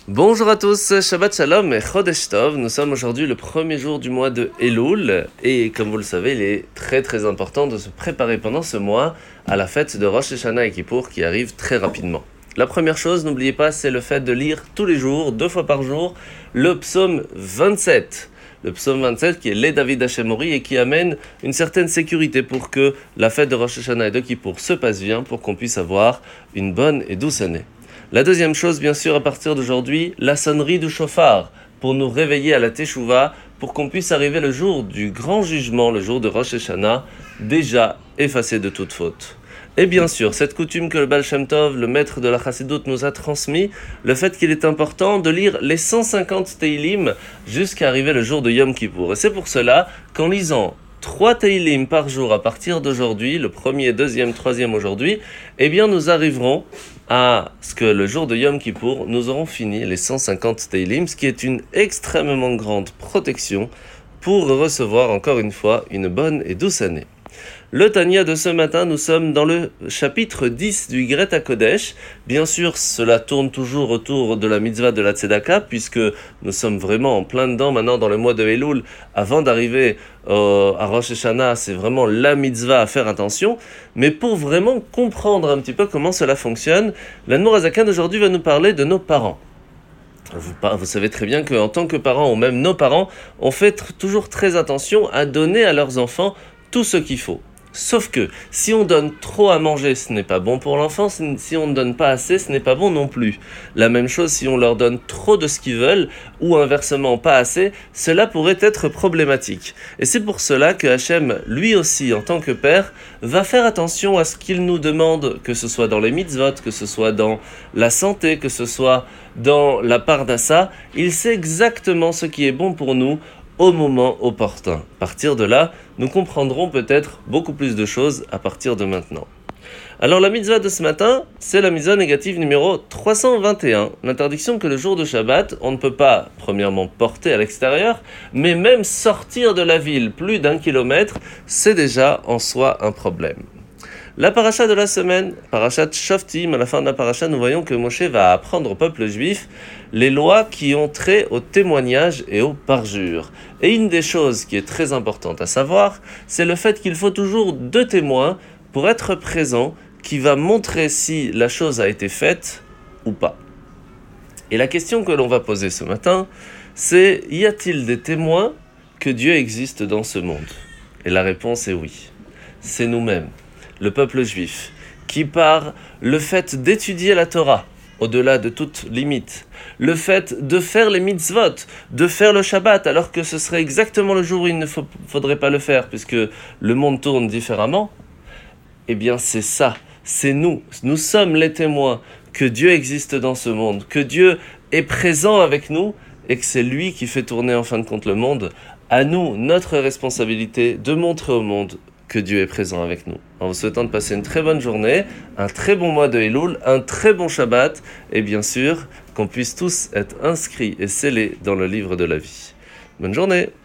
Bonjour à tous, Shabbat Shalom et Chodesh Tov. Nous sommes aujourd'hui le premier jour du mois de Elul et comme vous le savez, il est très important de se préparer pendant ce mois à la fête de Rosh Hashanah et Kippour qui arrive très rapidement. La première chose, n'oubliez pas, c'est le fait de lire tous les jours, 2 fois par jour, le psaume 27. Le psaume 27 qui est les David Hashemori et qui amène une certaine sécurité pour que la fête de Rosh Hashanah et de Kippour se passe bien pour qu'on puisse avoir une bonne et douce année. La deuxième chose, bien sûr, à partir d'aujourd'hui, la sonnerie du chauffard pour nous réveiller à la Teshuvah, pour qu'on puisse arriver le jour du grand jugement, le jour de Rosh Hashanah, déjà effacé de toute faute. Et bien sûr, cette coutume que le Baal Shem Tov, le maître de la Chassidoute, nous a transmis, le fait qu'il est important de lire les 150 Teilim jusqu'à arriver le jour de Yom Kippour. Et c'est pour cela qu'en lisant 3 Teilim par jour à partir d'aujourd'hui, le premier, deuxième, troisième aujourd'hui, eh bien nous arriverons à ce que le jour de Yom Kippour, nous aurons fini les 150 Teilim, ce qui est une extrêmement grande protection pour recevoir encore une fois une bonne et douce année. Le Tanya de ce matin, nous sommes dans le chapitre 10 du Greta Kodesh. Bien sûr, cela tourne toujours autour de la mitzvah de la Tzedaka, puisque nous sommes vraiment en plein dedans maintenant dans le mois de Elul. Avant d'arriver à Rosh Hashanah, c'est vraiment la mitzvah à faire attention. Mais pour vraiment comprendre un petit peu comment cela fonctionne, l'Admor HaZaken aujourd'hui va nous parler de nos parents. Vous savez très bien qu'en tant que parents, ou même nos parents, on fait toujours très attention à donner à leurs enfants tout ce qu'il faut. Sauf que si on donne trop à manger, ce n'est pas bon pour l'enfant. Si on ne donne pas assez, ce n'est pas bon non plus. La même chose si on leur donne trop de ce qu'ils veulent, ou inversement pas assez, cela pourrait être problématique. Et c'est pour cela que Hachem, lui aussi, en tant que père, va faire attention à ce qu'il nous demande, que ce soit dans les mitzvot, que ce soit dans la santé, que ce soit dans la parnassa. Il sait exactement ce qui est bon pour nous, au moment opportun. À partir de là, nous comprendrons peut-être beaucoup plus de choses à partir de maintenant. Alors la mitzvah de ce matin, c'est la mitzvah négative numéro 321, l'interdiction que le jour de Shabbat, on ne peut pas, premièrement, porter à l'extérieur, mais même sortir de la ville plus d'1 kilomètre, c'est déjà en soi un problème. La paracha de la semaine, parachat Shoftim, à la fin de la paracha, nous voyons que Moshe va apprendre au peuple juif les lois qui ont trait au témoignage et au parjure. Et une des choses qui est très importante à savoir, c'est le fait qu'il faut toujours 2 témoins pour être présents, qui va montrer si la chose a été faite ou pas. Et la question que l'on va poser ce matin, c'est: y a-t-il des témoins que Dieu existe dans ce monde? Et la réponse est oui. C'est nous-mêmes, le peuple juif, qui par le fait d'étudier la Torah, au-delà de toute limite, le fait de faire les mitzvot, de faire le Shabbat, alors que ce serait exactement le jour où il ne faudrait pas le faire, puisque le monde tourne différemment, eh bien c'est ça, c'est nous sommes les témoins que Dieu existe dans ce monde, que Dieu est présent avec nous, et que c'est lui qui fait tourner en fin de compte le monde. À nous, notre responsabilité de montrer au monde que Dieu est présent avec nous. En vous souhaitant de passer une très bonne journée, un très bon mois de Elul, un très bon Shabbat, et bien sûr, qu'on puisse tous être inscrits et scellés dans le livre de la vie. Bonne journée!